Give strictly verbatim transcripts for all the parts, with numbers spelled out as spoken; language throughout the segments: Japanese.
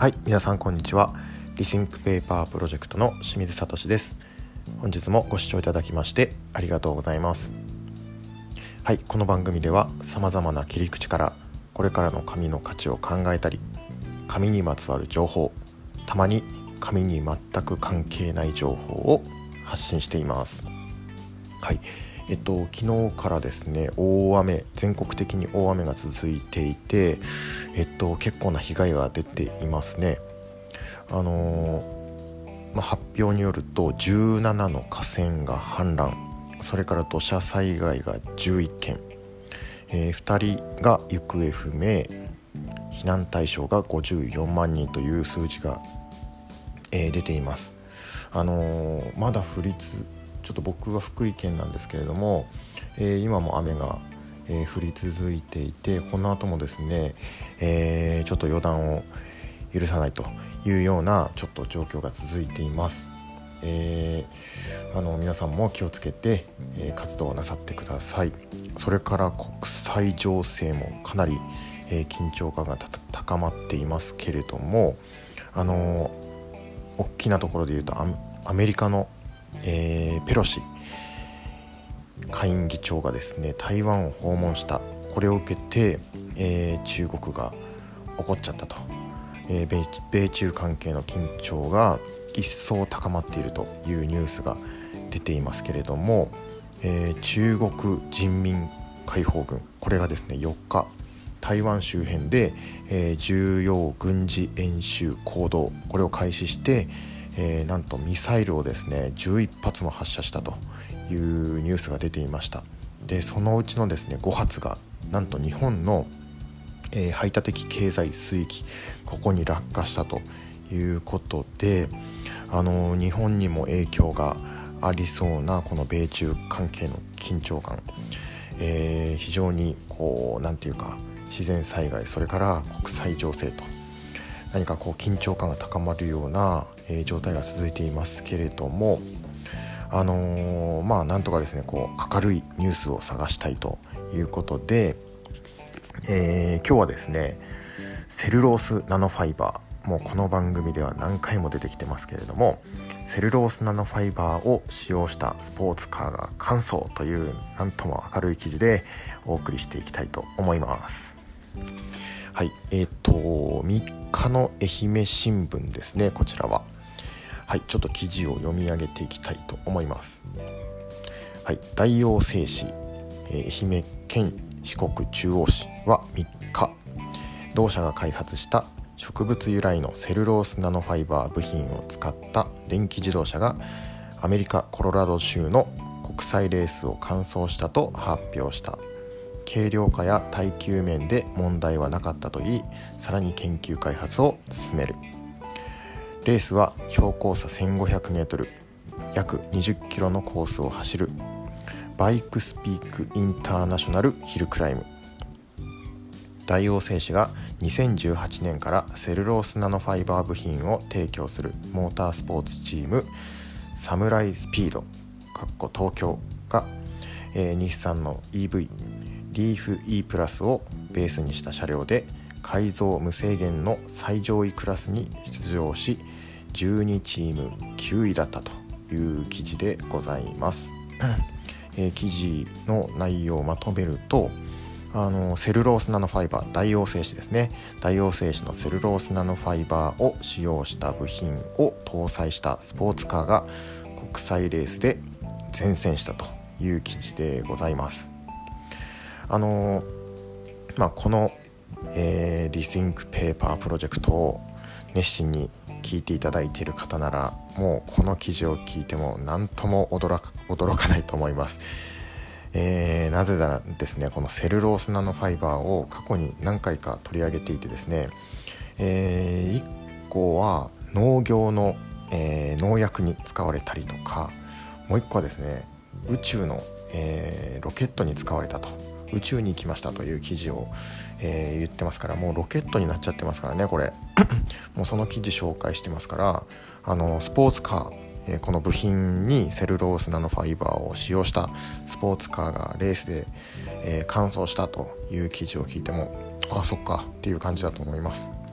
はい、皆さんこんにちは。リシンクペーパープロジェクトの清水聡です。本日もご視聴いただきましてありがとうございます。はい、この番組では様々な切り口からこれからの紙の価値を考えたり、紙にまつわる情報、たまに紙に全く関係ない情報を発信しています。はい、えっと昨日からですね、大雨、全国的に大雨が続いていて、えっと結構な被害が出ていますね。あのーまあ、発表によるとじゅうななの河川が氾濫、それから土砂災害がじゅういっけん、えー、ふたりが行方不明、避難対象がごじゅうよんまんにんという数字が、えー、出ています。あのー、まだ降りつちょっと僕は福井県なんですけれども、えー、今も雨が、えー、降り続いていて、この後もですね、えー、ちょっと予断を許さないというようなちょっと状況が続いています。えー、あの皆さんも気をつけて、えー、活動をなさってください。それから国際情勢もかなり、えー、緊張感が高まっていますけれども、あのー、大きなところでいうと ア, アメリカの、えー、ペロシ下院議長がですね台湾を訪問した。これを受けて、えー、中国が怒っちゃったと、えー、米, 米中関係の緊張が一層高まっているというニュースが出ていますけれども、えー、中国人民解放軍、これがですねよっか台湾周辺で、えー、重要軍事演習行動、これを開始して、えー、なんとミサイルをですねじゅういっぱつも発射したというニュースが出ていました。でそのうちのですねごはつがなんと日本の、えー、排他的経済水域、ここに落下したということで、あのー、日本にも影響がありそうなこの米中関係の緊張感、えー、非常にこうなんていうか自然災害、それから国際情勢と何かこう緊張感が高まるような、えー、状態が続いていますけれども、あのー、まあなんとかですねこう明るいニュースを探したいということで、えー、今日はですねセルロースナノファイバー、もうこの番組では何回も出てきてますけれども、セルロースナノファイバーを使用したスポーツカーが完走というなんとも明るい記事でお送りしていきたいと思います。はい、えーとみっかの愛媛新聞ですね。こちらははい、ちょっと記事を読み上げていきたいと思います。はい、大王製紙、えー、愛媛県四国中央市はみっか、同社が開発した植物由来のセルロースナノファイバー部品を使った電気自動車がアメリカコロラド州の国際レースを完走したと発表した。軽量化や耐久面で問題はなかったといい、さらに研究開発を進める。レースは標高差せんごひゃくメートル、約にじゅっキロのコースを走るバイクスピークインターナショナルヒルクライム。大王製紙がにせんじゅうはちねんからセルロースナノファイバー部品を提供するモータースポーツチームサムライスピード東京が、えー、日産の イーブイ リーフ E プラスをベースにした車両で改造無制限の最上位クラスに出場し、じゅうにチームきゅういだったという記事でございます。えー、記事の内容をまとめると、あのセルロースナノファイバー、大王製紙ですね、大王製紙のセルロースナノファイバーを使用した部品を搭載したスポーツカーが国際レースで善戦したという記事でございます。あのまあ、この、えー、リシンクペーパープロジェクトを熱心に聞いていただいている方なら、もうこの記事を聞いても何とも驚か、驚かないと思います。えー、なぜならですね、このセルロースナノファイバーを過去に何回か取り上げていてですね、えー、いっこは農業の、えー、農薬に使われたりとか、もういっこはですね宇宙の、えー、ロケットに使われたと、宇宙に行きましたという記事を、えー、言ってますから、もうロケットになっちゃってますからね、これもうその記事紹介してますから、あのスポーツカー、えー、この部品にセルロースナノファイバーを使用したスポーツカーがレースで、えー、完走したという記事を聞いても、あ、そっかっていう感じだと思います。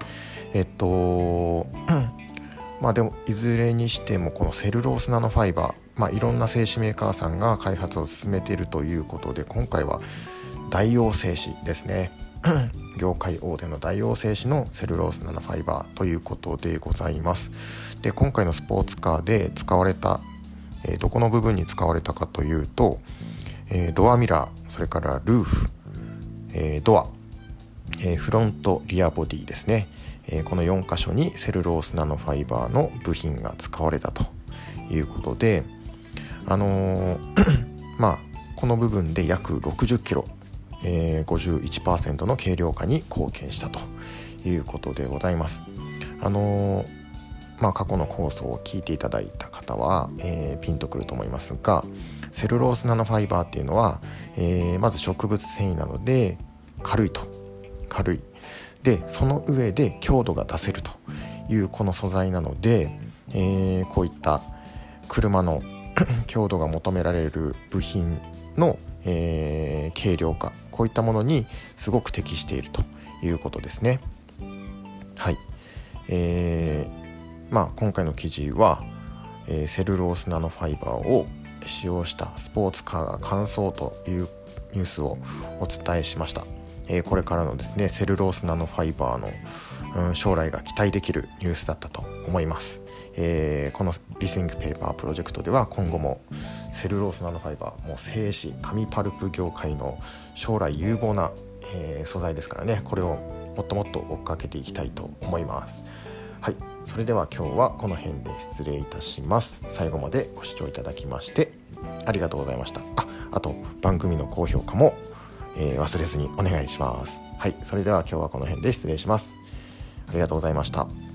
えっとまあでもいずれにしてもこのセルロースナノファイバー、まあ、いろんな製紙メーカーさんが開発を進めているということで、今回は大王製紙ですね業界大手の大王製紙のセルロースナノファイバーということでございます。で今回のスポーツカーで使われた、えー、どこの部分に使われたかというと、えー、ドアミラー、それからルーフ、えー、ドア、えー、フロントリアボディですね、えー、このよん箇所にセルロースナノファイバーの部品が使われたということで、あのー、まあこの部分で約ろくじゅっキロ、えー、ごじゅういちパーセント の軽量化に貢献したということでございます。あのーまあ、過去の放送を聞いていただいた方は、えー、ピンとくると思いますが、セルロースナノファイバーっていうのは、えー、まず植物繊維なので軽いと軽いで、その上で強度が出せるというこの素材なので、えー、こういった車の強度が求められる部品の、えー、軽量化、こういったものにすごく適しているということですね。はい、えーまあ、今回の記事は、えー、セルロースナノファイバーを使用したスポーツカーが完走というニュースをお伝えしました。えー、これからのですねセルロースナノファイバーの、うん、将来が期待できるニュースだったと思います。えー、このリスニングペーパープロジェクトでは今後もセルロースナノファイバー、もう製紙紙パルプ業界の将来有望な、えー、素材ですからね、これをもっともっと追っかけていきたいと思います。はい、それでは今日はこの辺で失礼いたします。最後までご視聴いただきましてありがとうございました。あ、あと番組の高評価も、えー、忘れずにお願いします。はい、それでは今日はこの辺で失礼します。ありがとうございました。